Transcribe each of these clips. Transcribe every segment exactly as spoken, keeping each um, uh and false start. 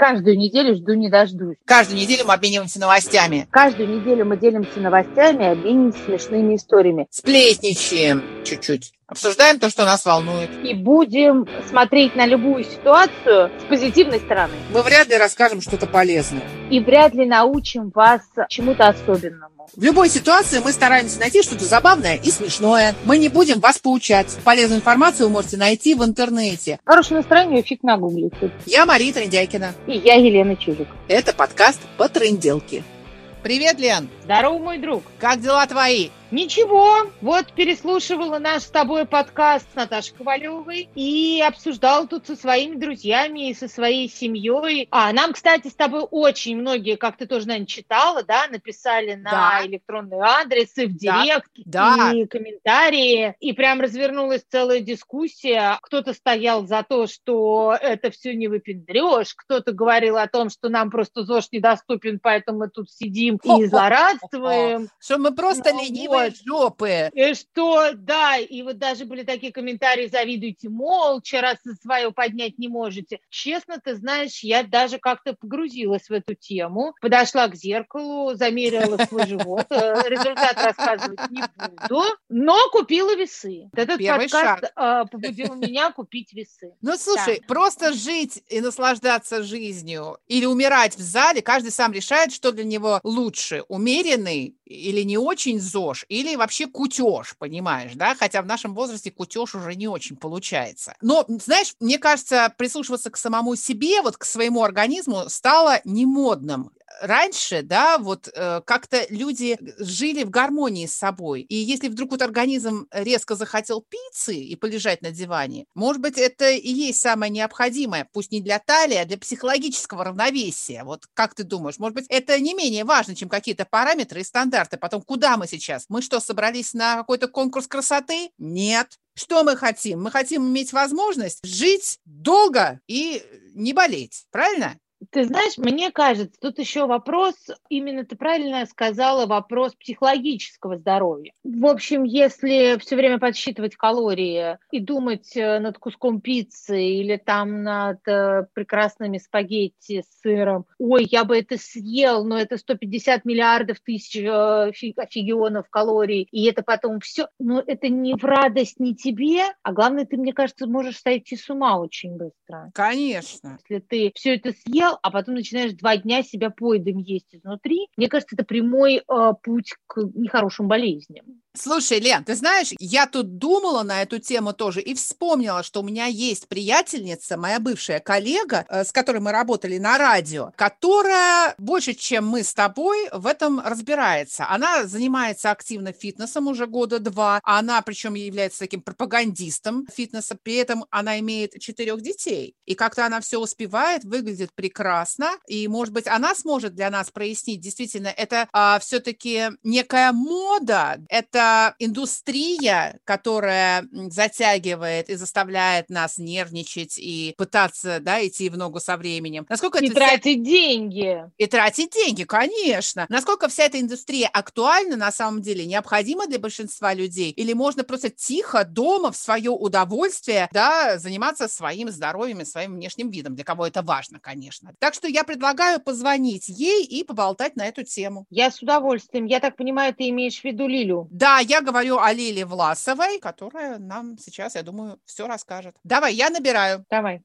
Каждую неделю жду не дождусь. Каждую неделю мы обмениваемся новостями. Каждую неделю мы делимся новостями и обмениваемся смешными историями. Сплетничаем чуть-чуть. Обсуждаем то, что нас волнует. И будем смотреть на любую ситуацию с позитивной стороны. Мы вряд ли расскажем что-то полезное. И вряд ли научим вас чему-то особенному. В любой ситуации мы стараемся найти что-то забавное и смешное. Мы не будем вас поучать. Полезную информацию вы можете найти в интернете. Хорошее настроение фиг нагуглите. Я Мария Трындяйкина. И я Елена Чижик. Это подкаст по трынделке. Привет, Лен. Здорово, мой друг. Как дела твои? Ничего, вот переслушивала наш с тобой подкаст с Наташей Ковалевой и обсуждала тут со своими друзьями и со своей семьей. А нам, кстати, с тобой очень многие, как ты тоже, наверное, читала, да, написали на да. электронные адресы, в директ, да. и комментарии, и прям развернулась целая дискуссия. Кто-то стоял за то, что это все не выпендрешь, кто-то говорил о том, что нам просто ЗОЖ недоступен, поэтому мы тут сидим и злорадствуем. Что мы просто ленивые. Жопы. И что, да, и вот даже были такие комментарии: завидуйте молча, раз свое поднять не можете. Честно, ты знаешь, я даже как-то погрузилась в эту тему, подошла к зеркалу, замерила свой живот, результат рассказывать не буду, но купила весы. Этот Первый подкаст шаг. побудил меня купить весы. Ну, слушай, да. просто жить и наслаждаться жизнью или умирать в зале, каждый сам решает, что для него лучше, умеренный или не очень ЗОЖ, или вообще кутеж, понимаешь, да? Хотя в нашем возрасте кутеж уже не очень получается. Но, знаешь, мне кажется, прислушиваться к самому себе, вот к своему организму стало немодным. Раньше, да, вот э, как-то люди жили в гармонии с собой. И если вдруг вот организм резко захотел пиццы и полежать на диване, может быть, это и есть самое необходимое, пусть не для талии, а для психологического равновесия. Вот как ты думаешь, может быть, это не менее важно, чем какие-то параметры и стандарты. Потом, куда мы сейчас? Мы что, собрались на какой-то конкурс красоты? Нет. Что мы хотим? Мы хотим иметь возможность жить долго и не болеть. Правильно? Ты знаешь, мне кажется, тут еще вопрос, именно ты правильно сказала, вопрос психологического здоровья. В общем, если все время подсчитывать калории и думать над куском пиццы или там над э, прекрасными спагетти с сыром, ой, я бы это съел, но это сто пятьдесят миллиардов тысяч э, фигионов калорий, и это потом все, но это не в радость ни тебе, а главное, ты, мне кажется, можешь сойти с ума очень быстро. Конечно. Если ты все это съел, а потом начинаешь два дня себя поедом есть изнутри, мне кажется, это прямой э, путь к нехорошим болезням. Слушай, Лен, ты знаешь, я тут думала на эту тему тоже и вспомнила, что у меня есть приятельница, моя бывшая коллега, с которой мы работали на радио, которая больше, чем мы с тобой, в этом разбирается. Она занимается активно фитнесом уже года два, она причем является таким пропагандистом фитнеса, при этом она имеет четырех детей. И как-то она все успевает, выглядит прекрасно, и, может быть, она сможет для нас прояснить, действительно, это а, все-таки некая мода, это индустрия, которая затягивает и заставляет нас нервничать и пытаться, да, идти в ногу со временем. Насколько и это тратить вся... деньги. И тратить деньги, конечно. Насколько вся эта индустрия актуальна на самом деле, необходима для большинства людей? Или можно просто тихо дома в свое удовольствие, да, заниматься своим здоровьем и своим внешним видом, для кого это важно, конечно. Так что я предлагаю позвонить ей и поболтать на эту тему. Я с удовольствием. Я так понимаю, ты имеешь в виду Лилю? Да, я говорю о Лиле Власовой, которая нам сейчас, я думаю, все расскажет. Давай, я набираю. Давай.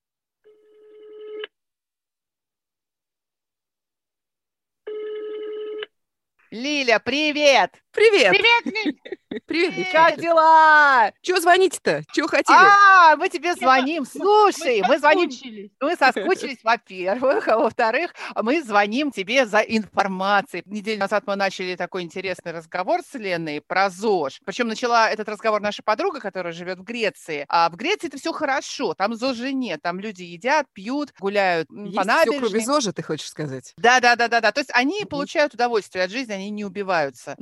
Лиля, привет! Привет! Привет, Лиль! Привет! Как дела? Чего звоните-то? Чего хотели? А, мы тебе звоним. Слушай, мы, мы звоним. Соскучились. Мы соскучились, во-первых, а во-вторых, мы звоним тебе за информацией. Неделю назад мы начали такой интересный разговор с Леной про ЗОЖ. Причем начала этот разговор наша подруга, которая живет в Греции. А в Греции это все хорошо, там ЗОЖа нет, там люди едят, пьют, гуляют Есть по набережной. все, кроме ЗОЖа, ты хочешь сказать? Да, да, да, да, да. То есть они Мгм. получают удовольствие от жизни, они не убиваются. Но ее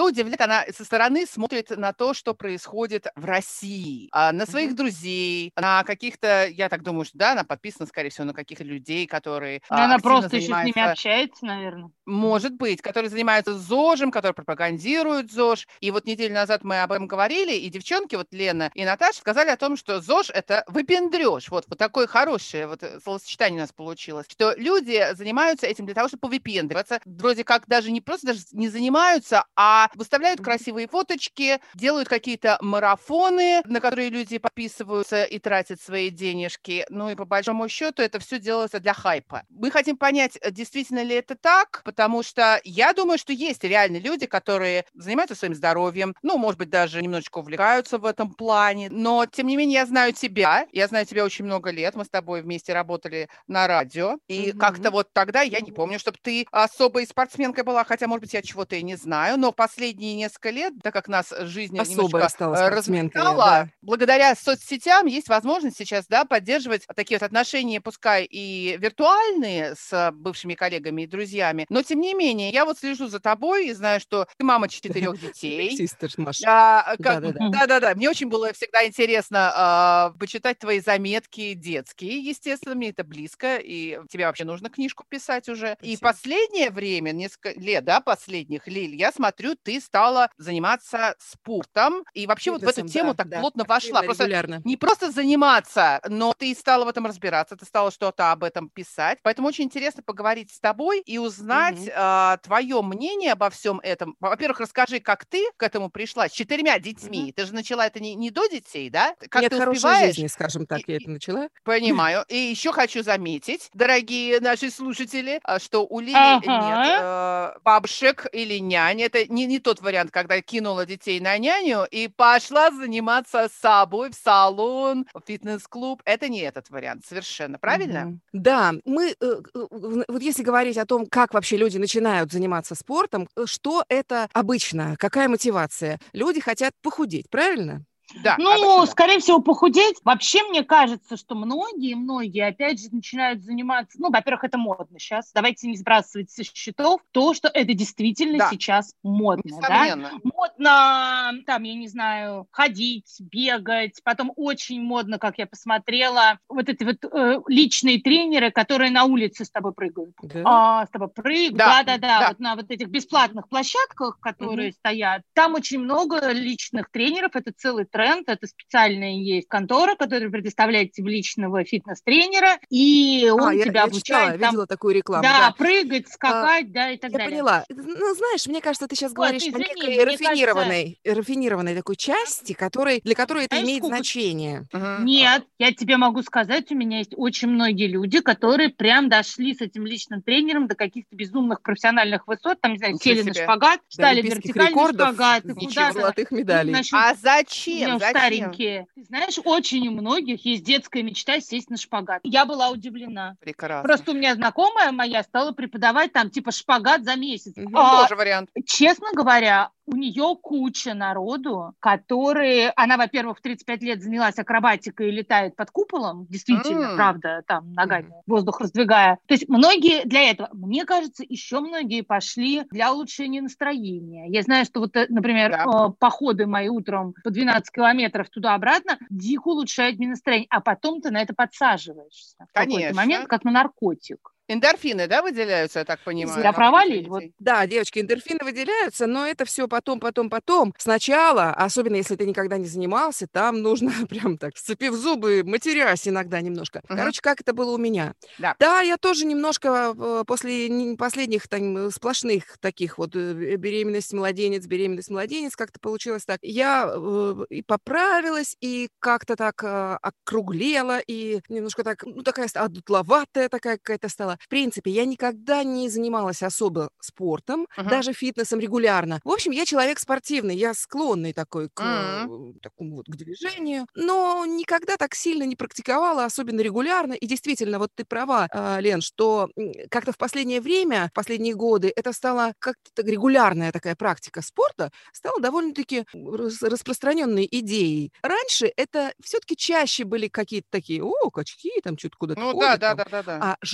удивляет, она со стороны смотрит на то, что происходит в России, а, на своих Мгм. друзей, на каких-то, я так думаю, что да, она подписана, скорее всего, на каких-то людей, которые Ну, а, она активно просто еще с ними занимаются, общается, наверное. может быть, которые занимаются ЗОЖем, которые пропагандируют ЗОЖ. И вот неделю назад мы об этом говорили, и девчонки, вот Лена и Наташа, сказали о том, что ЗОЖ– это выпендрёж. Вот, вот такое хорошее вот э, словосочетание у нас получилось. Что люди занимаются этим для того, чтобы повыпендриваться. Вроде как даже не просто даже не занимаются, а выставляют Мгм. красивые фоточки, делают какие-то марафоны, на которые люди подписываются и тратят свои денежки. Ну и по большому счету это все делается для хайпа. Мы хотим понять, э, действительно ли это так, потому что я думаю, что есть реально люди, которые занимаются своим здоровьем, ну, может быть, даже немножечко увлекаются в этом плане, но, тем не менее, я знаю тебя, я знаю тебя очень много лет, мы с тобой вместе работали на радио, и как-то Мгм. вот тогда я не помню, чтобы ты особой спортсменкой была, хотя, может быть, я чего-то и не знаю, но последние несколько лет, так как нас жизнь Особая немножечко стала э, спортсменкой, развлекала, да. благодаря соцсетям есть возможность сейчас, да, поддерживать такие вот отношения, пускай и виртуальные, с бывшими коллегами и друзьями, но, тем не менее, я вот слежу за тобой и знаю, что ты мама четырех Big детей. Sisters, Маш. А, как бы, Да-да-да. да-да-да, мне очень было всегда интересно а, почитать твои заметки детские, естественно, мне это близко, и тебе вообще нужно книжку писать уже. И Спасибо. последнее время, несколько лет, да, последних, Лиль, я смотрю, ты стала заниматься спортом, и вообще вот в эту Фитнесом, тему да, так да. плотно вошла. Активно, Просто регулярно. не просто заниматься, но ты стала в этом разбираться, ты стала что-то об этом писать. Поэтому очень интересно поговорить с тобой и узнать Мгм. а, твое мнение обо всем этом. Во-первых, расскажи, как ты к этому пришла с четырьмя Мгм. детьми. Ты же начала это не, не до детей, да? Как Не от ты хорошей успеваешь? жизни, скажем так, И- я и- это начала. Понимаю. И еще хочу заметить, дорогие наши слушатели, а, что у Лили нет Ага. э, бабушек или нянь. Это не, не тот вариант, когда кинула детей на няню и пошла заниматься собой в салон, в фитнес-клуб. Это не этот вариант, совершенно. Правильно? Мгм. Да, мы, э, э, в- вот если говорить о том, как вообще люди начинают заниматься спортом, э, что это обычно, какая мотивация? Люди хотят похудеть, правильно? Да, обычно Ну, да. скорее всего, похудеть. Вообще, мне кажется, что многие, многие, опять же, начинают заниматься... Ну, во-первых, это модно сейчас. Давайте не сбрасывать со счетов то, что это действительно Да, сейчас модно, да? несомненно. Модно, там, я не знаю, ходить, бегать. Потом очень модно, как я посмотрела, вот эти вот э, личные тренеры, которые на улице с тобой прыгают. Да. А, с тобой прыгают, Да, да-да-да, да. вот на вот этих бесплатных площадках, которые Мгм. стоят. Там очень много личных тренеров, это целый тренд, это специальная есть контора, которая предоставляет тебе личного фитнес-тренера, и А, он я, тебя я читала, обучает там, видела такую рекламу, да, да. прыгать, А, скакать, да, и так Я далее. поняла. Это, Ну, знаешь, мне кажется, ты сейчас Вот, говоришь о извини, некой мне кажется, рафинированной, рафинированной такой части, которой, для которой это знаешь, имеет сколько... значение. Мгм. А, Нет, я тебе могу сказать, у меня есть очень многие люди, которые прям дошли с этим личным тренером до каких-то безумных профессиональных высот, там, не знаю, Ничего сели на себе. шпагат, До встали в олимпийских вертикальный рекордов, шпагат, и Ничего себе. куда-то золотых и медалей. насчет... А У зачем? меня уж Зачем? старенькие. Ты знаешь, очень у многих есть детская мечта сесть на шпагат. Я была удивлена. Прекрасно. Просто у меня знакомая моя стала преподавать там типа шпагат за месяц. Мгм. Ну, А, тоже вариант. честно говоря, у нее куча народу, которые... Она, во-первых, в тридцать пять лет занялась акробатикой и летает под куполом. Действительно, М, правда, там ногами Мгм. воздух раздвигая. То есть многие для этого. Мне кажется, еще многие пошли для улучшения настроения. Я знаю, что вот, э, например, Да. э, походы мои утром по двенадцать километров туда-обратно дико улучшают мне настроение. А потом ты на это подсаживаешься в какой-то момент, Конечно. как на наркотик. Эндорфины, да, выделяются, я так Не понимаю, Я знаю. на входе права, Лиль? Вот людей? Да, девочки, эндорфины выделяются, но это все потом, потом, потом. Сначала, особенно если ты никогда не занимался, там нужно прям так, сцепив зубы, матерясь иногда немножко. Мгм. Короче, как это было у меня. Да. Да, я тоже немножко э, после не- последних там э, сплошных таких вот э, беременность, младенец, беременность, младенец, как-то получилось так. Я э, и поправилась, и как-то так э, округлела, и немножко так, ну, такая ста- одутловатая такая какая-то стала. В принципе, я никогда не занималась особо спортом, Мгм. даже фитнесом регулярно. В общем, я человек спортивный, я склонный такой к М. э, такому вот к движению, но никогда так сильно не практиковала, особенно регулярно. И действительно, вот ты права, а, Лен, что м, как-то в последнее время, в последние годы, это стало как-то так регулярная такая практика спорта, стала довольно-таки рас- распространенной идеей. Раньше это все-таки чаще были какие-то такие, о, качки, там что-то куда-то Ну да, ходят, да, там. да, да, да. А женщины, ну,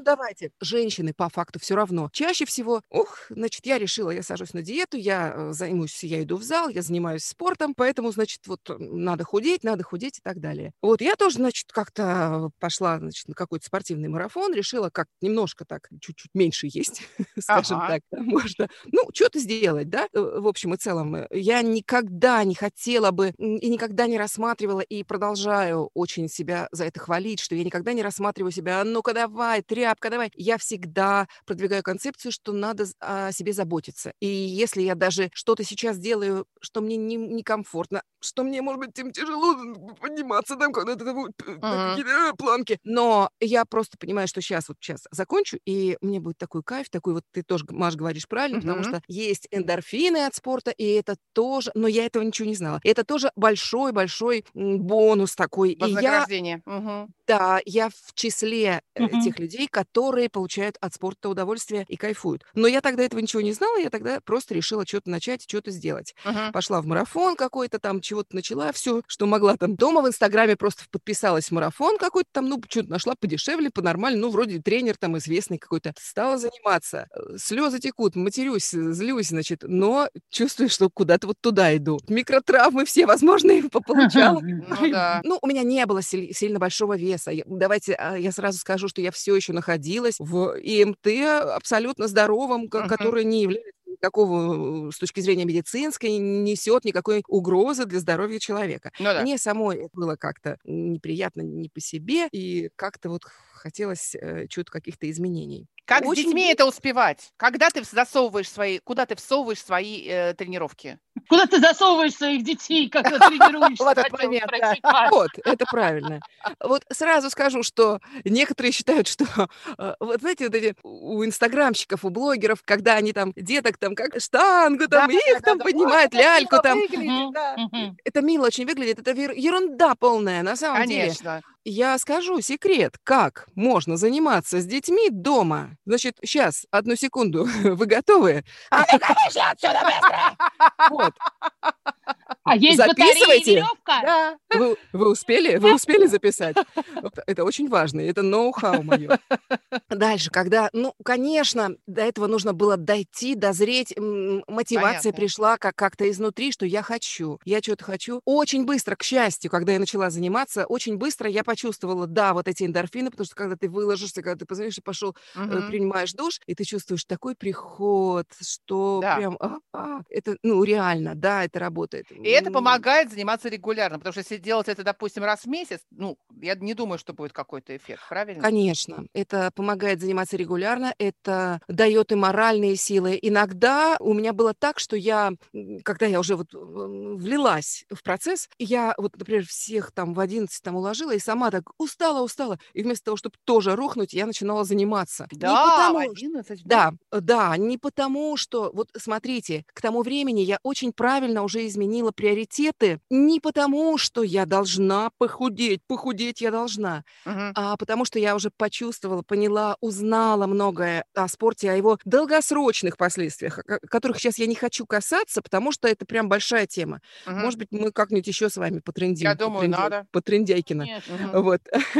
давайте. Женщины по факту все равно. Чаще всего, ух, значит, я решила, я сажусь на диету, я э, займусь, я иду в зал, я занимаюсь спортом, поэтому, значит, вот э, надо худеть, надо худеть и так далее. Вот я тоже, значит, как-то пошла, значит, на какой-то спортивный марафон, решила как немножко так, чуть-чуть меньше есть, скажем Ага. так, да, можно, ну, что-то сделать, да, э, в общем и целом. э, Я никогда не хотела бы м, и никогда не рассматривала и продолжаю очень себя за это хвалить, что я никогда не рассматриваю себя, «А ну-ка давай, тряпка, давай. Я всегда продвигаю концепцию, что надо з- о себе заботиться. И если я даже что-то сейчас делаю, что мне не- некомфортно, что мне, может быть, тем тяжело м, подниматься там, когда ты там, э, Мгм. какие-то э, планки, но я просто понимаю, что сейчас вот сейчас закончу, и мне будет такой кайф, такой вот ты тоже, Маш, говоришь правильно, потому Мгм. что есть эндорфины от спорта, и это тоже, но я этого ничего не знала. Это тоже большой-большой м, бонус такой. И я Вознаграждение. Мгм. да, я в числе, э, Мгм. тех людей, которые получают от спорта удовольствие и кайфуют. Но я тогда этого ничего не знала, я тогда просто решила чё-то начать, чё-то сделать. Мгм. Пошла в марафон какой-то там, чего-то начала, все, что могла там. Дома в "Инстаграме" просто подписалась в марафон какой-то там, ну, чё-то нашла подешевле, понормально, ну, вроде тренер там известный какой-то. Стала заниматься. Э, слёзы текут, матерюсь, э, злюсь, значит, но чувствую, что куда-то вот туда иду. Микротравмы все возможные пополучала. Ну да. Ну, у меня не было сель- сильно большого веса. Я- давайте а, я сразу скажу, что я все еще находилась в ИМТ абсолютно здоровом, ко- Мгм. который не является никакого, э, с точки зрения медицинской, не несет никакой угрозы для здоровья человека. Ну да. Мне самой это было как-то неприятно не по себе, и как-то вот хотелось э, чего-то, каких-то изменений. Как с Очень детьми это успевать? Когда ты засовываешь свои, куда ты всовываешь свои э, тренировки? Куда ты засовываешь своих детей, когда тренируешься, В этот хотела момент, да. спросить Маша. Вот, это правильно. Вот сразу скажу, что некоторые считают, что, э, вот знаете, вот эти у инстаграмщиков, у блогеров, когда они там деток там как штангу, Да, там их да, там да. поднимают, Ой, как ляльку мило там. выглядит, Мгм. да. Мгм. Это мило очень выглядит, это вер- ерунда полная. На самом деле, Конечно. я скажу секрет, как можно заниматься с детьми дома. Значит, сейчас, одну секунду, вы готовы? А ну-ка вышли отсюда быстро! Вот, А есть батарея и записывайте. веревка? Да. Вы, вы успели? Вы успели записать? Вот это очень важно, это ноу-хау мое. Дальше, когда, ну, конечно, до этого нужно было дойти, дозреть, м, мотивация Понятно. пришла как- как-то изнутри, что я хочу, я что-то хочу. Очень быстро, к счастью, когда я начала заниматься, очень быстро я почувствовала, да, вот эти эндорфины, потому что когда ты выложишься, когда ты позвонишь и пошел, э, Мгм. принимаешь душ, и ты чувствуешь такой приход, что Да. прям, а, а, это, ну, реально, да, это работает. И это М, помогает заниматься регулярно, потому что если делать это, допустим, раз в месяц, ну, я не думаю, что будет какой-то эффект, правильно? Конечно, это помогает заниматься регулярно, это дает и моральные силы. Иногда у меня было так, что я, м, когда я уже вот м, влилась в процесс, я вот, например, всех там в одиннадцать там уложила и сама так устала, устала, и вместо того, чтобы тоже рухнуть, я начинала заниматься. Не Да, в потому, что одиннадцать, да? да, э, да, не потому, что, вот смотрите, к тому времени я очень правильно уже изменила приоритеты, не потому, что я должна похудеть, похудеть я должна, Мгм. а потому что я уже почувствовала, поняла, узнала многое о спорте, о его долгосрочных последствиях, о ко- которых сейчас я не хочу касаться, потому что это прям большая тема. Мгм. Может быть, мы как-нибудь еще с вами Я потрендим, думаю, потрендя- надо. потрендяйкино. Конечно. Мгм. Вот.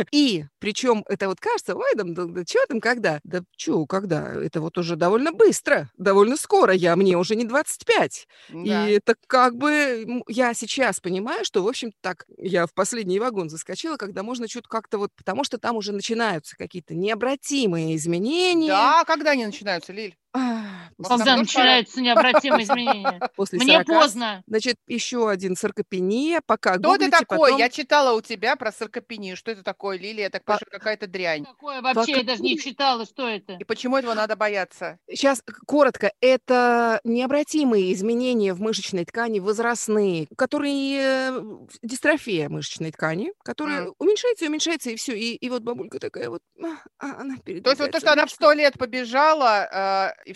И причем это вот кажется, ой, там, да, да чё там, когда? Да чё, когда? Это вот уже довольно быстро, довольно скоро. Я, мне уже не двадцать пять. И Да. это как бы м, я сейчас понимаю, что, в общем, так, я в последний вагон заскочила, когда можно что-то как-то вот, потому что там уже начинаются какие-то необратимые изменения. Да, когда они начинаются, Лиль? А, Вот после, нам Когда тоже пора. начинаются необратимые изменения? после Мне сорока, поздно. значит, еще один саркопения, пока Что это гуглите, такое? потом... Я читала у тебя про саркопению. Что это такое, Лилия? Я так по- понимаю, что какая-то дрянь. Такое вообще я даже не пока читала, что это. И почему этого надо бояться? Сейчас коротко. Это необратимые изменения в мышечной ткани, возрастные, которые э, дистрофия мышечной ткани, которая М. уменьшается и уменьшается, и все. И, и вот бабулька такая вот, а, а, она То есть вот то, передвигается что она в ручкой. сто лет побежала, э, и в А в сто сто три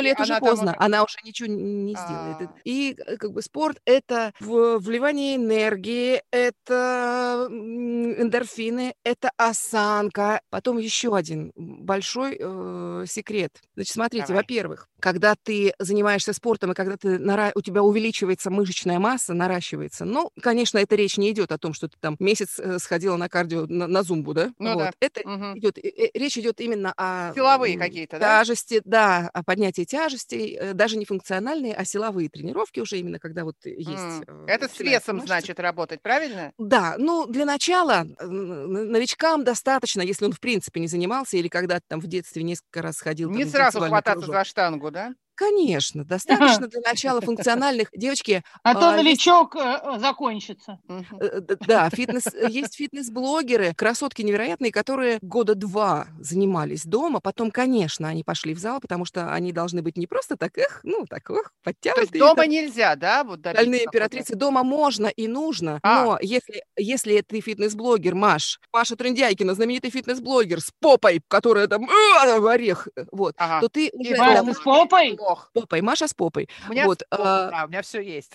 лет уже она там поздно, уже... она уже ничего не сделает. А, И э, как бы спорт — это в- вливание энергии, это м, эндорфины, это осанка. Потом еще один большой э, секрет. Значит, смотрите, Давай. во-первых, когда ты занимаешься спортом и когда ты нара- у тебя увеличивается мышечная масса, наращивается, ну, конечно, это речь не идет о том, что ты там месяц э, сходила на кардио, на, на зумбу, да? Ну Вот. да. Это Мгм. идет, э, э, речь идет именно о Силовые м, какие-то, да? тяжести, да, о поднятии тяжестей, э, даже не функциональные, а силовые тренировки уже именно, когда вот есть, М. э, Это с начинаются весом, мышцы. значит, работать, правильно? Да, ну, для начала э, н- новичкам достаточно, если он в принципе не занимался или когда-то там в детстве несколько раз ходил Не там в сразу танцевальный хвататься кружок. за штангу, да? Конечно, достаточно для начала функциональных. Девочки, А то а, есть новичок э, э, закончится. Мгм. Э, д да, фитнес э, есть фитнес-блогеры, красотки невероятные, которые года два занимались дома. Потом, конечно, они пошли в зал, потому что они должны быть не просто так, эх, ну, так, ох, То есть подтянутые, дома там, нельзя, да, вот добиться стальные какой-то? императрицы. Дома можно и нужно, А, но если если ты фитнес-блогер, Маш, Маша Трындяйкина, знаменитый фитнес-блогер с попой, которая там, а, в орех, э, вот, ага. то ты И уже Маш, для ты дома, с мышц и попой? плохо. попой, Маша с попой. У меня с Вот, попой, а да, у меня все есть.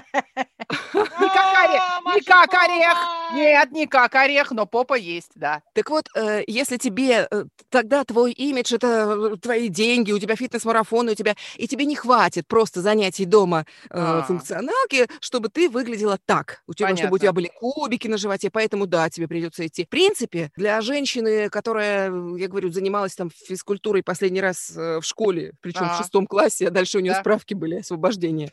Не как орех, А, не Маша с как орех. попой! Нет, не как орех, но попа есть, да. Так вот, э, если тебе э, тогда твой имидж — это э, твои деньги, у тебя фитнес-марафон, у тебя и тебе не хватит просто занятий дома э, А, функционалки, чтобы ты выглядела так, у тебя, чтобы у тебя понятно. были кубики на животе, поэтому да, тебе придется идти. В принципе, для женщины, которая, э, я говорю, занималась там физкультурой последний раз э, в школе, причем в Ага, шестом классе, а дальше у нее да, справки были освобождения,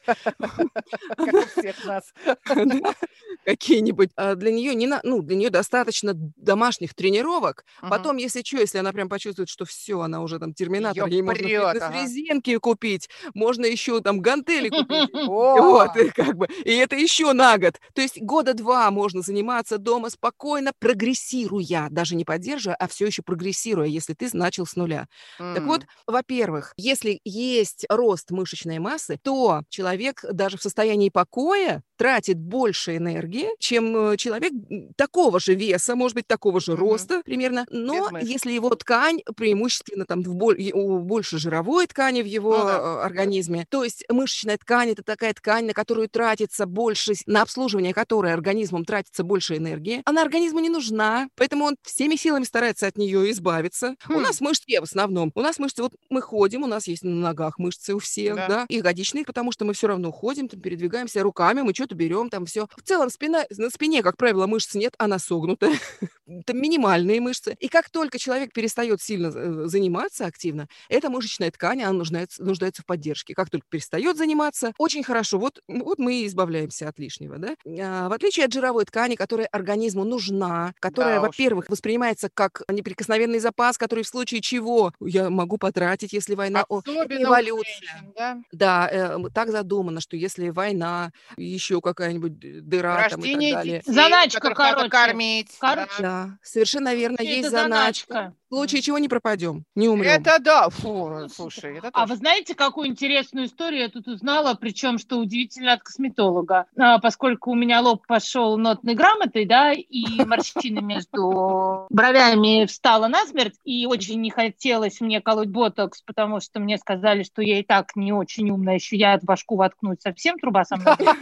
как у всех нас. да, какие-нибудь. А для нее не на, ну, для нее достаточно домашних тренировок. Мгм. Потом, если чё, если она прям почувствует, что все, она уже там терминатор, Её ей можно прёт, ага. фитнес-резинки купить, можно еще там гантели купить. Вот, О! и как бы, и это еще на год. То есть года два можно заниматься дома спокойно, прогрессируя, даже не поддерживая, а все еще прогрессируя, если ты начал с нуля. Так вот, М. во-первых, если есть рост мышечной массы, то человек даже в состоянии покоя тратит больше энергии, чем э, человек м, такого же веса, может быть, такого же Мгм. роста примерно, Без но мышц. если его ткань преимущественно там в боль- и- у- больше жировой ткани в его Ну да. э, организме, то есть мышечная ткань — это такая ткань, на которую тратится больше, с- на обслуживание которой организмом тратится больше энергии, она организму не нужна, поэтому он всеми силами старается от нее избавиться. У Хм, нас мышцы в основном, у нас мышцы, вот мы ходим, у нас есть на ногах мышцы у всех, да. да, и ягодичные, потому что мы все равно ходим, там, передвигаемся руками, мы что-то берем, там все. В целом спина, на спине, как правило, мышц нет, она согнутая. Там минимальные мышцы. И как только человек перестает сильно э, заниматься активно, эта мышечная ткань, она нуждается, нуждается в поддержке. Как только перестает заниматься, очень хорошо. Вот, м, вот мы и избавляемся от лишнего. Да? А, в отличие от жировой ткани, которая организму нужна, которая, Да уж. во-первых, воспринимается как неприкосновенный запас, который в случае чего я могу потратить, если война... О, это Особенно у эволюция. женщин, да. Да, э, м, так задумано, что если война, еще какая-нибудь д- дыра там и так Рождение далее. детей, Заначка, которых надо короче. кормить, да. Короче, Да, совершенно верно, есть это заначка. заначка. В случае М. чего не пропадем, не умрем. Это да. Фу, Слушайте, слушай, это а вы точно. знаете, какую интересную историю я тут узнала, причем, что удивительно, от косметолога. А, поскольку у меня лоб пошел нотной грамотой, да, и морщина между бровями встала насмерть, и очень не хотелось мне колоть ботокс, потому что мне сказали, что я и так не очень умная, еще я от башку воткнуть совсем труба со мной будет.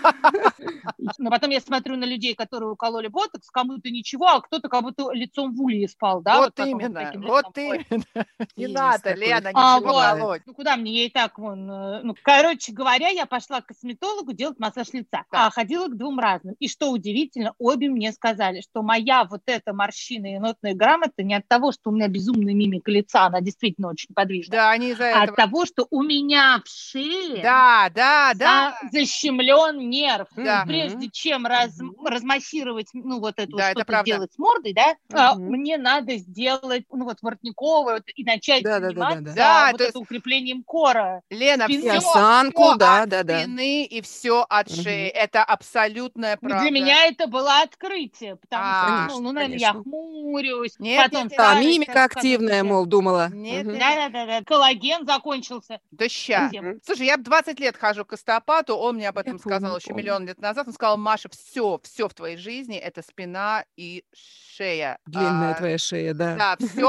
Но потом я смотрю на людей, которые укололи ботокс, кому-то ничего, а кто-то как будто лицом в улье спал, да, вот Вот потом вот именно, таким вот лицом ходит. именно. Не Есть надо, такое, Лена, А, ничего вот. бывает. колоть. Ну, куда мне? Я и так вон... э, Ну, короче говоря, я пошла к косметологу делать массаж лица. Так. А ходила к двум разным. И что удивительно, обе мне сказали, что моя вот эта морщина и нотная грамота не от того, что у меня безумная мимика лица, она действительно очень подвижная, Да, они из-за а от этого. того, что у меня в шее Да, да, да, за- защемлен нерв. да, Прежде Мгм. чем раз- Мгм. размассировать, ну, вот это вот да, это что-то правда. сделать с мордой, да, а, Мгм. мне надо сделать, ну, вот воротниковое вот, и начать Да-да-да-да-да. заниматься Да, вот то это есть, укреплением кора Лена, И все, спины. осанку, все от да-да-да. спины и все от шеи. Мгм. Это абсолютная И для правда. меня это было открытие, потому что я А, думала, Конечно, ну, наверное, я конечно. хмурюсь, нет, нет, потом нет, А, старость, мимика как сказать активная, тебе. мол, думала. нет, Мгм. нет, нет. Да-да-да, коллаген закончился Да ща. совсем. Мгм. Слушай, я двадцать лет хожу к остеопату, он мне об Я этом сказал помню, еще помню. миллион лет назад. Он сказал: Маша, все, все в твоей жизни — это спина и шея. Длинная А, твоя шея, да. да, все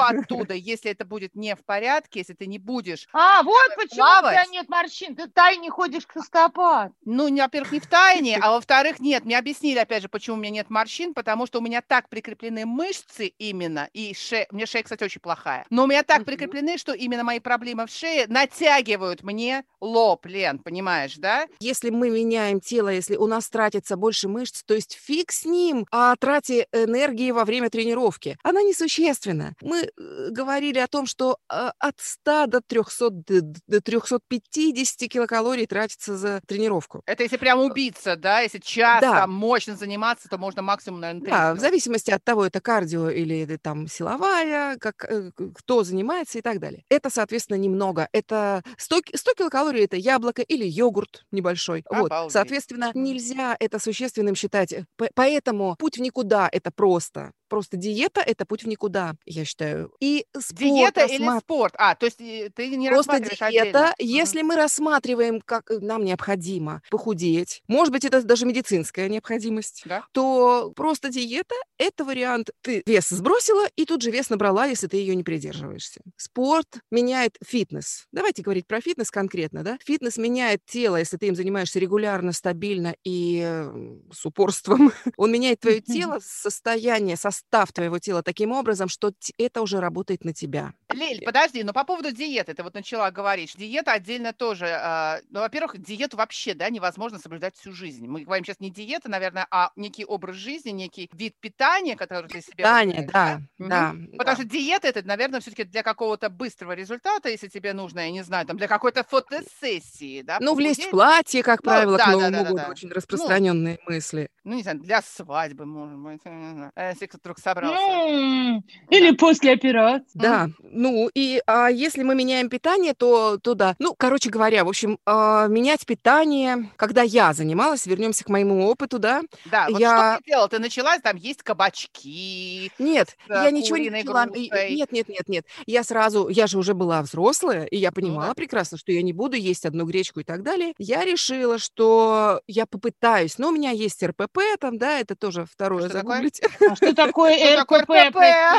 оттуда, если это будет не в порядке, если ты не будешь А, вот почему плавать. у тебя нет морщин. Ты тайне ходишь к остеопату. Ну, не, во-первых, не в тайне, а во-вторых, нет. Мне объяснили, опять же, почему у меня нет морщин, потому что у меня так прикреплены мышцы именно, и шея, мне шея, кстати, очень плохая, но у меня так Мгм. прикреплены, что именно мои проблемы в шее натягивают мне лоб, Лен, понимаешь, да? Если мы меняем тело, если у нас тратится больше мышц, то есть фиг с ним о трате энергии во время тренировки. Она несущественна. Мы э, говорили о том, что э, от ста до трехсот, д- д- до трехсот пятидесяти килокалорий тратится за тренировку. Это если прям убиться, да, если час Да. там мощно заниматься, то можно максимум, наверное, Да, в тридцать. зависимости от того, это кардио или это там силовая, как, э, к- кто занимается и так далее. Это, соответственно, немного. Это сто, ки- сто килокалорий, это яблоко или йогурт небольшой. Вот. Обалдеть. Соответственно, Мгм. нельзя это существенным считать. Э, п- Поэтому путь в никуда– это просто. Просто диета– это путь в никуда, я считаю. И спорт Диета или рассматривать. спорт? А, то есть э, ты не Просто рассматриваешь диета, отдельно? Мгм. если мы рассматриваем, как э, нам необходимо похудеть, может быть, это даже медицинская необходимость, Да? то просто диета– это вариант. Ты вес сбросила и тут же вес набрала, если ты ее не придерживаешься. Спорт меняет фитнес. Давайте говорить про фитнес конкретно, да? Фитнес меняет тело, если ты им занимаешься регулярно, стабильно и э, с упорством. Он меняет твое тело, состояние, состав твоего тела таким образом, что т- это уже работает на тебя. Лель, подожди, но по поводу диеты, ты вот начала говорить, диета отдельно тоже, а, ну, во-первых, диету вообще, да, невозможно соблюдать всю жизнь. Мы говорим сейчас не диета, наверное, а некий образ жизни, некий вид питания, который ты себе Питание, выбираешь, да? да, Мгм. да, Потому да. что диета это, наверное, все-таки для какого-то быстрого результата, если тебе нужно, я не знаю, там для какой-то фотосессии, да, Ну, влезть в похудеть. платье, как Ну, правило, к да, да, да, Новому да, году да. очень Ну, распространенные мысли. ну, не знаю, для свадьбы, может быть, я не знаю, а если кто вдруг собрался. М, Да. Или после операции. Да, ну и а, если мы меняем питание, то, то да. Ну, короче говоря, в общем, а, менять питание, когда я занималась, вернемся к моему опыту, да, Да, вот что я... ты делала? Ты начала там есть кабачки Нет, с э, я ничего не куриной начала. И- грудкой. Нет, нет, нет, нет. Я сразу, я же уже была взрослая, и я Ну понимала да. прекрасно, что я не буду есть одну гречку и так далее. Я решила, что я попытаюсь. Но у меня есть эр пэ пэ, там, да, это тоже второе, Что такое? загуглите. А что такое Что такое эр пэ пэ, эр пэ пэ?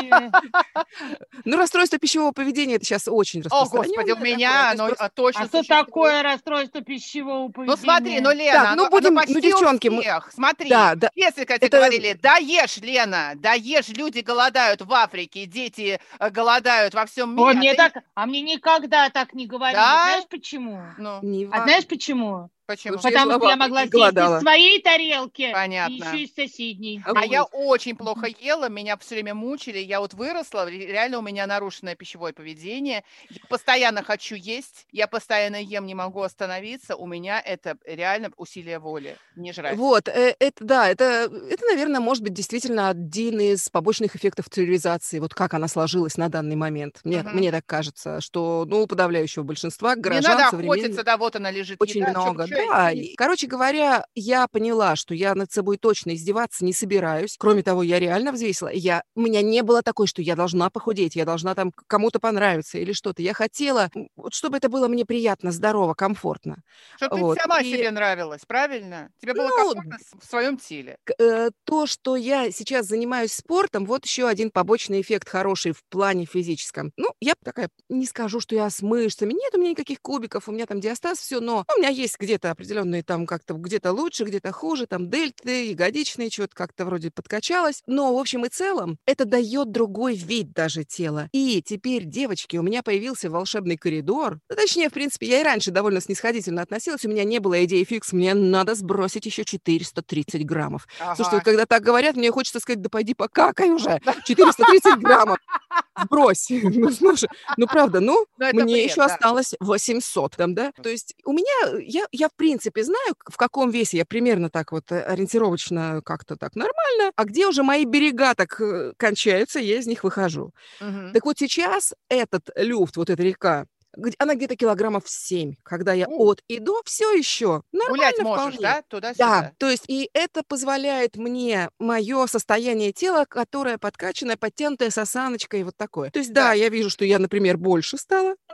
прости? Ну, расстройство пищевого поведения это сейчас очень О, господи, у распространенное такое. меня То есть оно просто а, точно А что существует. такое расстройство пищевого Ну смотри, ну, поведения? Так, Лена, ну оно, оно будем, ну, почти у девчонки, мы... всех. Смотри, Да, да, если, кстати, это... говорили, да ешь, Лена, да ешь, люди голодают в Африке, дети э, голодают во всем Ой, мире, а мне ты... так, а мне никогда так не говорили. Да? Знаешь почему? Ну, Не А ва... знаешь почему? почему? Потому что я Потому жила в что я Африке могла и съесть из голодала. своей тарелки и Понятно. еще из соседней. А я Вот. очень плохо ела, меня все время мучили. Я вот выросла, ре- реально у меня нарушенное пищевое поведение. Я постоянно хочу есть, я постоянно ем, не могу остановиться. У меня это реально усилие воли, не жрать. Вот, э, это да, это, это, наверное, может быть действительно один из побочных эффектов цивилизации, вот как она сложилась на данный момент. Мне, Мгм. мне так кажется, что, ну, у подавляющего большинства Не горожан надо современных охотиться, да, вот она лежит, очень еда. Чё, много, чё, да. чё не- И, короче говоря, я поняла, что я над собой точно издеваться не собираюсь. Кроме того, я реально взвесила. Я, у меня не было такой, что я должна похудеть, я должна там к- кому-то понравиться или что-то. Я хотела, м, вот чтобы это было мне приятно, здорово, комфортно. Чтоб ты Вот. сама И, себе нравилась, правильно? Тебе было ну, комфортно с- в своем теле. к- э, то, что я сейчас занимаюсь спортом, вот еще один побочный эффект хороший в плане физическом. Ну, я такая, не скажу, что я с мышцами. Нет у меня никаких кубиков, у меня там диастаз, все, но у меня есть где-то определенные там как-то где-то лучше, где-то хуже, там дельты, ягодичные, что-то как-то вроде подкачалось. Но, в общем и целом, это дает другой вид даже тела. И теперь, девочки, у меня появился волшебный коридор. Ну, точнее, в принципе, я и раньше довольно снисходительно относилась. У меня не было идеи фикс, мне надо сбросить еще четыреста тридцать граммов. Слушайте, вот Ага. когда так говорят, мне хочется сказать, да пойди покакай уже. четыреста тридцать граммов. Сбрось. Ну, слушай, ну, правда, ну, Ну, это мне бред, еще да. осталось восемьсот там, да? То есть у меня, я, я в принципе знаю, к- в каком весе я примерно так вот э, ориентировочно как-то так нормально, а где уже мои берега так э, кончаются, я из них выхожу. Мгм. Так вот сейчас этот люфт, вот эта река, где- она где-то килограммов семь. Когда я У, от и до, все еще Гулять нормально можешь, вполне. да, Да, туда-сюда? то есть и это позволяет мне мое состояние тела, которое подкачанное, подтянутое, с осаночкой, вот такое. То есть да, Да. я вижу, что я, например, больше стала,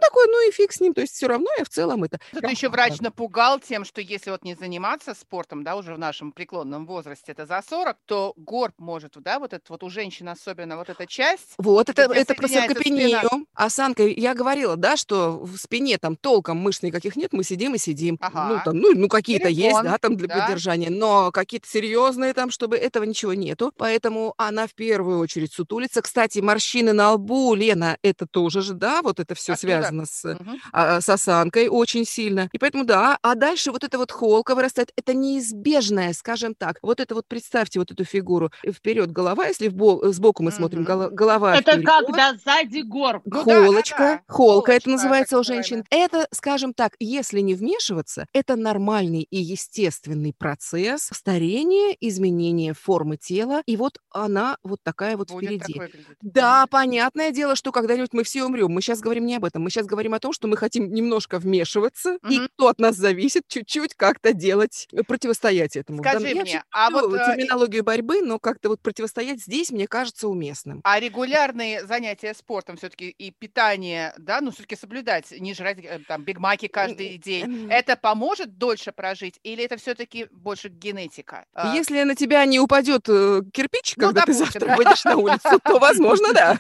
такой, ну и фиг с ним, то есть все равно я в целом это... Тут еще врач напугал тем, что если вот не заниматься спортом, да, уже в нашем преклонном возрасте, это за сорок, то горб может, да, вот это вот у женщин особенно вот эта часть. Вот, это, где это про соединяется саркопению. спина. Осанка, я говорила, да, что в спине там толком мышц никаких нет, мы сидим и сидим. Ну, Ага. там, ну, ну какие-то есть, Перепон, да, там для да. поддержания, но какие-то серьезные там, чтобы этого ничего нету. Поэтому она в первую очередь сутулится. Кстати, морщины на лбу, Лена, это тоже же, да, вот это все Оттуда. связано с, Мгм. а, с осанкой очень сильно. И поэтому, да, а дальше вот эта вот холка вырастает. Это неизбежное, скажем так. Вот это вот, представьте вот эту фигуру. Вперед голова, если в бок, сбоку мы смотрим, Мгм. голо- голова Это вперед. когда сзади горб. Ну да, да, Холочка, да. холка это Холочка, называется так у женщин. называемая. Это, скажем так, если не вмешиваться, это нормальный и естественный процесс старения, изменения формы тела, и вот она вот такая вот Будет так впереди. выглядеть. Да, Мгм. понятное дело, что когда-нибудь мы все умрем. Мы сейчас говорим не об этом. Мы сейчас говорим о том, что мы хотим немножко вмешиваться, и Мгм. кто от нас зависит, чуть-чуть как-то делать, э, противостоять этому. В дан- Скажи Я вообще мне, а люблю вот э, и- терминологию борьбы, но как-то вот противостоять здесь мне кажется уместным. а регулярные занятия спортом все-таки и питание, да, ну все-таки соблюдать, не жрать э, там бигмаки каждый день, М, это поможет дольше прожить или это все-таки больше генетика? А, Если на тебя не упадет э, кирпич, Ну, когда ты допустим, завтра да. выйдешь на улицу, то, возможно, да.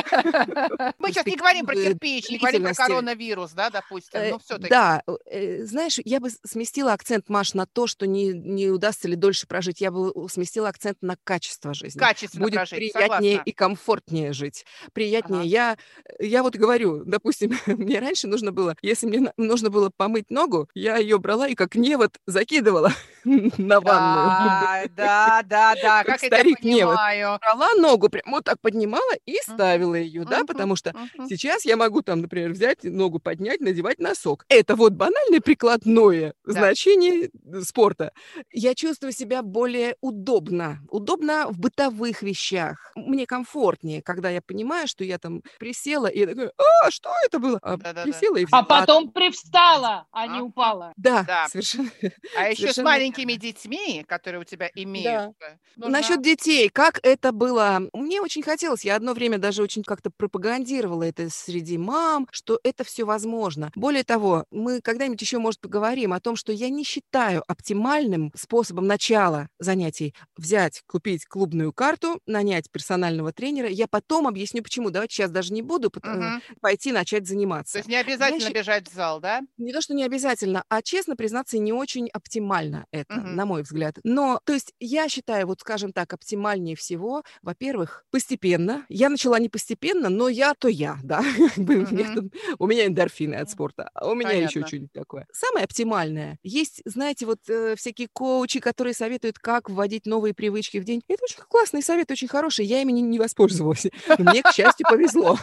Мы сейчас не говорим про Перспективы кирпич, не говорим про длительности. коронавирус, да, допустим, Э, ну все-таки. Да, э, знаешь, я бы с- сместила акцент, Маш, на то, что не, не удастся ли дольше прожить. Я бы у- сместила акцент на качество жизни. Качественно Будет прожить, приятнее согласна. и комфортнее жить. Приятнее. Ага. Я, я вот говорю, допустим, мне раньше нужно было, если мне на- нужно было помыть ногу, я ее брала и как невод закидывала на ванную. Да, да, да, да, Как как я тебя старик невод. понимаю. Брала ногу, прям вот так поднимала и Мгм, ставила ее, да, мгм, потому что мгм. сейчас я могу там, например, взять ногу, поднять, надевать носок. Это вот банальное прикладное Да. значение э, спорта. Я чувствую себя более удобно. Удобно в бытовых вещах. Мне комфортнее, когда я понимаю, что я там присела, и я такая, а, что это было? А Да-да-да. присела и А взяла. потом привстала, а не Ага. упала. Да, Да. совершенно, А еще с совершенно маленькими верно. детьми, которые у тебя Да. имеются, Насчет нужно... детей, как это было? Мне очень хотелось, я одно время даже очень как-то пропагандировала это среди мам, что это все возможно. Более того, мы когда-нибудь еще, может, поговорим о том, что я не считаю оптимальным способом начала занятий взять, купить клубную карту, нанять персонального тренера. Я потом объясню, почему. Давайте сейчас даже не буду пот- э, Мгм. пойти начать То заниматься. есть не Я обязательно щи- бежать в зал, да? не то, что не обязательно, а, честно признаться, не очень оптимально это, Мгм. на мой взгляд. Но, то есть, я считаю, вот, скажем так, оптимальнее всего, во-первых, постепенно. Я начала не постепенно, но я то я, да. Как бы мне Мгм. тут- У меня эндорфины от спорта, а у меня еще Понятно. что-нибудь такое. Самое оптимальное. Есть, знаете, вот э, всякие коучи, которые советуют, как вводить новые привычки в день. Это очень классный совет, очень хороший. Я ими не, не воспользовалась. Но мне, к счастью, повезло.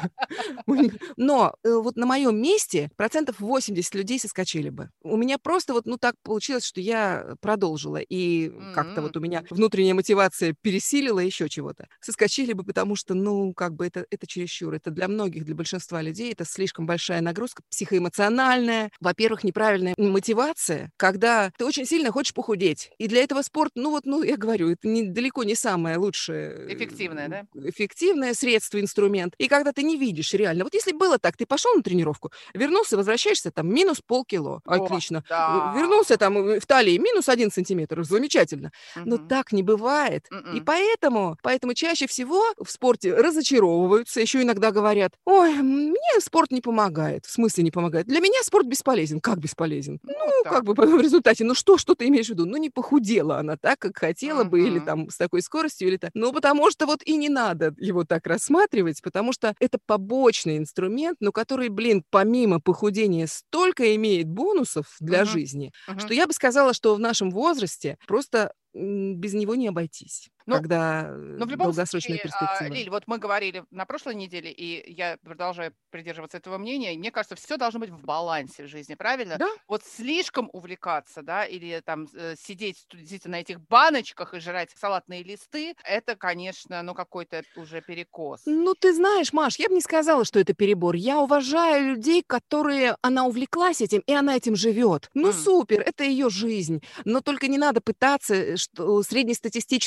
Но э, вот на моем месте процентов восемьдесят людей соскочили бы. У меня просто вот, ну, так получилось, что я продолжила. И как-то М. вот у меня внутренняя мотивация пересилила еще чего-то. Соскочили бы, потому что, ну, как бы это, это чересчур. Это для многих, для большинства людей это слишком большая нагрузка психоэмоциональная. Во-первых, неправильная мотивация, когда ты очень сильно хочешь похудеть. И для этого спорт, ну вот, ну, я говорю, это не, далеко не самое лучшее, Эффективное, да? э, эффективное средство, инструмент. И когда ты не видишь реально. Вот если было так, ты пошел на тренировку, вернулся, возвращаешься, там, минус полкило. О, Отлично. Э, да. Вернулся, там, э, в талии минус один сантиметр. Замечательно. Но Мгм. так не бывает. И М-м. поэтому, поэтому чаще всего в спорте разочаровываются, еще иногда говорят, ой, мне спорт не помогает. В смысле не помогает? Для меня спорт бесполезен. Как бесполезен? Ну, Ну, как так. бы потом в результате, ну что, что ты имеешь в виду? Ну, не похудела она так, как хотела бы, или Мгм. там с такой скоростью, или так. Ну, потому что вот и не надо его так рассматривать, потому что это побочный инструмент, но который, блин, помимо похудения столько имеет бонусов для Мгм. жизни, Мгм. что я бы сказала, что в нашем возрасте просто м, без него не обойтись, Ну, когда э, Но в любом долгосрочная случае, а, перспектива. Лиль, вот мы говорили на прошлой неделе, и я продолжаю придерживаться этого мнения, и мне кажется, все должно быть в балансе в жизни, правильно? Да, Вот слишком увлекаться, да, или там э, сидеть тут действительно на этих баночках и жрать салатные листы, это, конечно, ну какой-то уже перекос. ну, ты знаешь, Маш, я бы не сказала, что это перебор. Я уважаю людей, которые она увлеклась этим, и она этим живет. Ну, М, супер, это ее жизнь. Но только не надо пытаться, э, что среднестатистическому человеку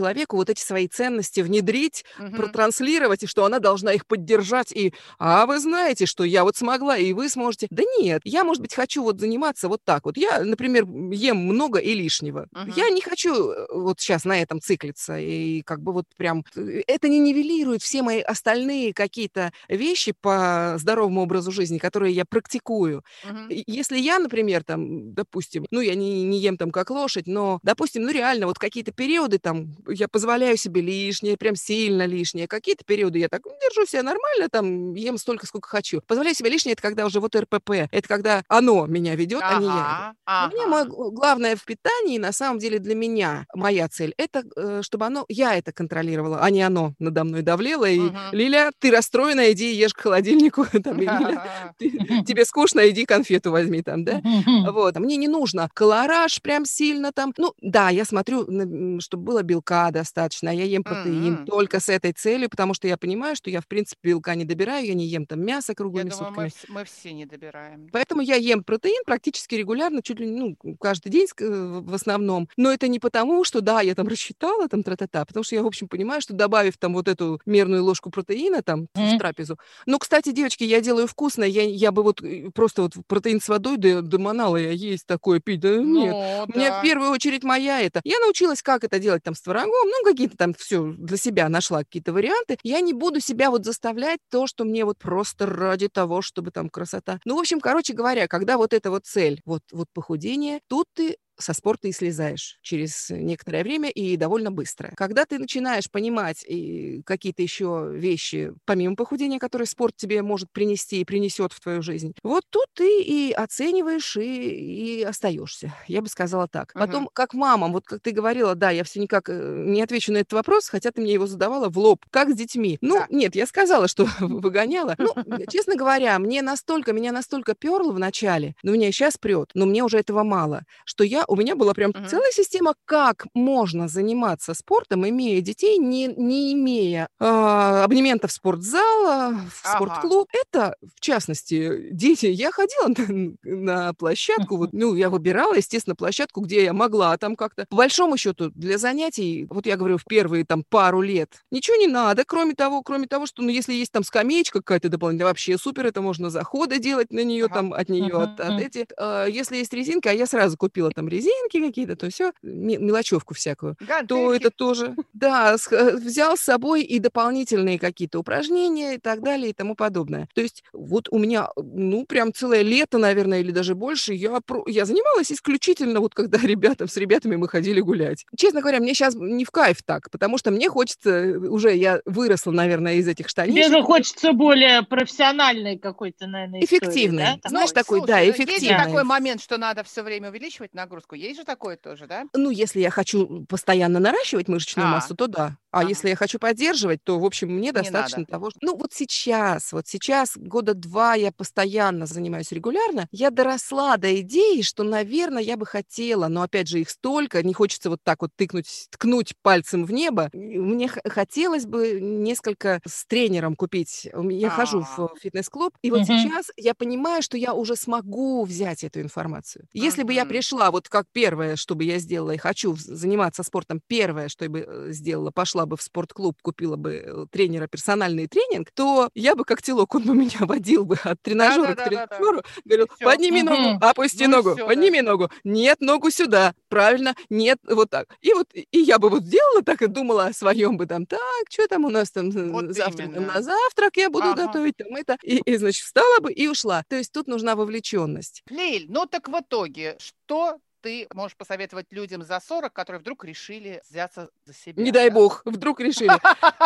человеку вот эти свои ценности внедрить, Мгм. протранслировать, и что она должна их поддержать, и «а вы знаете, что я вот смогла, и вы сможете». Да нет, я, может быть, хочу вот заниматься вот так вот. Я, например, ем много и лишнего. Мгм. Я не хочу э, вот сейчас на этом циклиться, и как бы вот прям э, это не нивелирует все мои остальные какие-то вещи по здоровому образу жизни, которые я практикую. Мгм. И Если я, например, там, допустим, ну, я не, не ем там как лошадь, но, допустим, ну, реально, вот какие-то периоды там я позволяю себе лишнее, прям сильно лишнее. Какие-то периоды я так ну, держу себя нормально, там, ем столько, сколько хочу. Позволяю себе лишнее, это когда уже вот эр пэ пэ, это когда оно меня ведет, а не я его. Ага, Для меня мое ага. г- главное в питании, на самом деле, для меня, моя цель, это э, чтобы оно, я это контролировала, а не оно надо мной давлело. И, Мгм. Лиля, ты расстроена, иди ешь к холодильнику, там, и Лиля, ты- тебе скучно, иди конфету возьми там, да? Вот, а мне не нужно колораж прям сильно там. Ну, да, я смотрю, чтобы было белка достаточно, а я ем протеин Мгм. только с этой целью, потому что я понимаю, что я, в принципе, белка не добираю, я не ем там мясо Я круглыми думаю, мы, сутками. вс- мы все не добираем. Поэтому я ем протеин практически регулярно, чуть ли не, ну, каждый день ск- э, в основном. Но это не потому, что, да, я там рассчитала, там, тра-та-та, потому что я, в общем, понимаю, что добавив там вот эту мерную ложку протеина там в трапезу. Ну, кстати, девочки, я делаю вкусно, я, я бы вот э, просто вот протеин с водой до, до манала я есть такое пить, да нет. Ну, У меня в да. первую очередь моя это. Я научилась, как это делать там с творогом, ну, какие-то там все для себя нашла какие-то варианты. Я не буду себя вот заставлять то, что мне вот просто ради того, чтобы там красота. Ну, в общем, короче говоря, когда вот эта вот цель, вот, вот похудение, тут ты со спорта и слезаешь через некоторое время и довольно быстро. Когда ты начинаешь понимать и какие-то еще вещи, помимо похудения, которые спорт тебе может принести и принесет в твою жизнь, вот тут ты и оцениваешь, и, и остаешься. Я бы сказала так. Мгм. Потом, как мамам, вот как ты говорила, да, я все никак э, не отвечу на этот вопрос, хотя ты мне его задавала в лоб. Как с детьми? Ну, Да. нет, я сказала, что выгоняла. Ну, честно говоря, мне настолько, меня настолько перло в начале, но меня и сейчас прет, но мне уже этого мало, что я, у меня была прям Мгм. целая система, как можно заниматься спортом, имея детей, не, не имея а, абонемента в спортзал, а, в Ага. спортклуб. Это, в частности, дети. Я ходила на, на площадку, вот, ну, я выбирала, естественно, площадку, где я могла там как-то. По большому счету, для занятий, вот я говорю, в первые там пару лет, ничего не надо, кроме того, кроме того, что, ну, если есть там скамеечка какая-то дополнительная, вообще супер, это можно заходы делать на нее, Ага. там, от нее, от, от эти. А, если есть резинка, а я сразу купила там резинки какие-то, то все, мелочевку всякую, то Гантельки. это тоже, да, с- э, взял с собой и дополнительные какие-то упражнения и так далее и тому подобное. То есть вот у меня, ну, прям целое лето, наверное, или даже больше, я, про- я занималась исключительно вот когда ребята, с ребятами мы ходили гулять. Честно говоря, мне сейчас не в кайф так, потому что мне хочется, э, уже я выросла, наверное, из этих Тебе штанишек. же хочется более профессиональной какой-то, наверное, истории, да? Эффективной. Там? Знаешь, Ну, такой, да, слушай, ну, есть же эффективной. такой момент, что надо все время увеличивать нагрузку. Есть же такое тоже, да? Ну, если я хочу постоянно наращивать мышечную А, массу, то да. А ага. если я хочу поддерживать, то, в общем, мне Не достаточно надо. того, что... Ну, вот сейчас, вот сейчас, года два я постоянно занимаюсь регулярно, я доросла до идеи, что, наверное, я бы хотела, но, опять же, их столько, не хочется вот так вот тыкнуть, ткнуть пальцем в небо. И Мне х- хотелось бы несколько с тренером купить. У меня- Я хожу А, в фитнес-клуб, и вот Мгм. сейчас я понимаю, что я уже смогу взять эту информацию. Если бы я мгм. пришла, вот как первое, что бы я сделала, и хочу в- заниматься спортом, первое, что я бы э, сделала, пошла бы в спортклуб, купила бы э, тренера, персональный тренинг, то я бы как телок, он бы меня водил бы от тренажера к Да-да-да-да-да. тренажеру, И говорил, все. подними ногу, Мгм. опусти Ну и ногу, все, да. подними ногу, нет, ногу сюда, правильно, нет, вот так. И вот и и я бы вот делала так и думала о своем бы там, так, что там у нас там э, Вот завтра там на именно. завтрак я буду Ага. готовить там это, и, и, значит, встала бы и ушла. То есть тут нужна вовлеченность. Лиль, ну так в итоге, что ты можешь посоветовать людям за сорок, которые вдруг решили взяться за себя? Не дай да? бог, вдруг решили.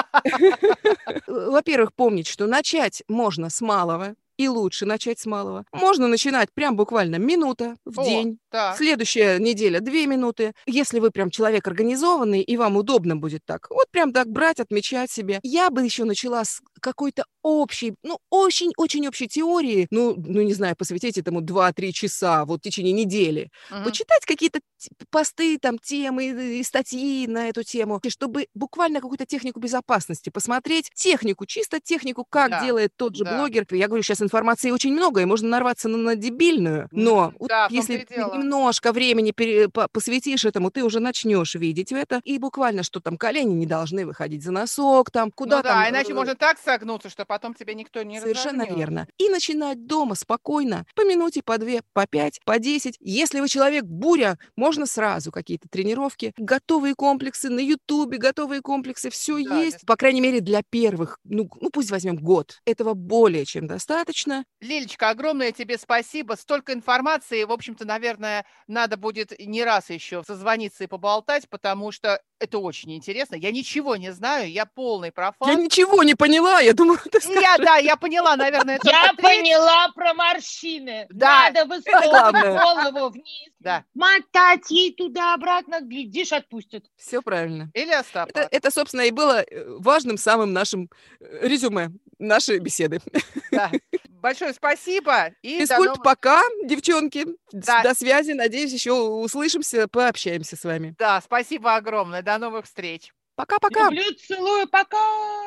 Во-первых, помнить, что начать можно с малого, и лучше начать с малого. Можно начинать прям буквально минута в О, день. так. Следующая неделя две минуты. Если вы прям человек организованный, и вам удобно будет так, вот прям так брать, отмечать себе. Я бы еще начала с какой-то общей, ну, очень-очень общей теории, ну, ну, не знаю, посвятить этому два-три часа вот в течение недели, угу. почитать какие-то посты, там, темы и статьи на эту тему, чтобы буквально какую-то технику безопасности посмотреть, технику, чисто технику, как да. делает тот же да. блогер. Я говорю, сейчас информации очень много, и можно нарваться на, на дебильную, но да, вот если ты немножко времени пере, по, посвятишь этому, ты уже начнешь видеть это, и буквально, что там колени не должны выходить за носок, там, куда ну, там... Да, иначе можно так согнуться, что потом тебе никто не разогнет. Совершенно верно. И начинать дома спокойно, по минуте, по две, по пять, по десять. Если вы человек буря, можно сразу какие-то тренировки, готовые комплексы на Ютубе, готовые комплексы, все да, есть. По крайней мере, для первых, ну, ну пусть возьмем год. Этого более чем достаточно. Лилечка, огромное тебе спасибо. Столько информации. В общем-то, наверное, надо будет не раз еще созвониться и поболтать, потому что это очень интересно. Я ничего не знаю, я полный профан. Я ничего не поняла, я думаю, ты скажешь. Я, да, я поняла, наверное, это Я поняла про морщины. Да. Надо высовывать голову вниз, да. мотать ей туда-обратно, глядишь, отпустят. Все правильно. Или Остап. Это, это, собственно, и было важным самым нашим резюме нашей беседы. Да. Большое спасибо. И Физкульт, новых... пока, девчонки. Да. До связи. Надеюсь, еще услышимся, пообщаемся с вами. Да, спасибо огромное. До новых встреч. Пока-пока. Люблю, целую, пока.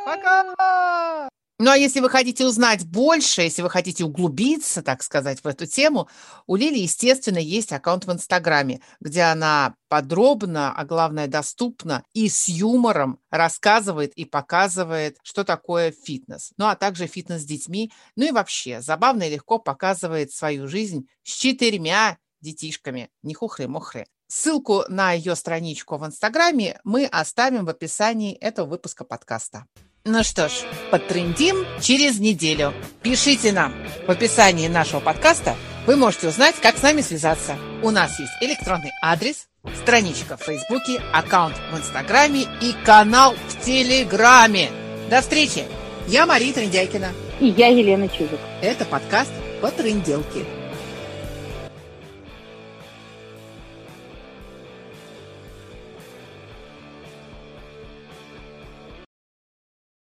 Пока. Ну, а если вы хотите узнать больше, если вы хотите углубиться, так сказать, в эту тему, у Лили, естественно, есть аккаунт в Инстаграме, где она подробно, а главное, доступно и с юмором рассказывает и показывает, что такое фитнес. Ну, а также фитнес с детьми. Ну и вообще, забавно и легко показывает свою жизнь с четырьмя детишками. Не хухры-мухры. Ссылку на ее страничку в Инстаграме мы оставим в описании этого выпуска подкаста. Ну что ж, потрындим через неделю. Пишите нам. В описании нашего подкаста вы можете узнать, как с нами связаться. У нас есть электронный адрес, страничка в Фейсбуке, аккаунт в Инстаграме и канал в Телеграме. До встречи! Я Мария Трындяйкина. И я Елена Чижик. Это подкаст «Потрынделки».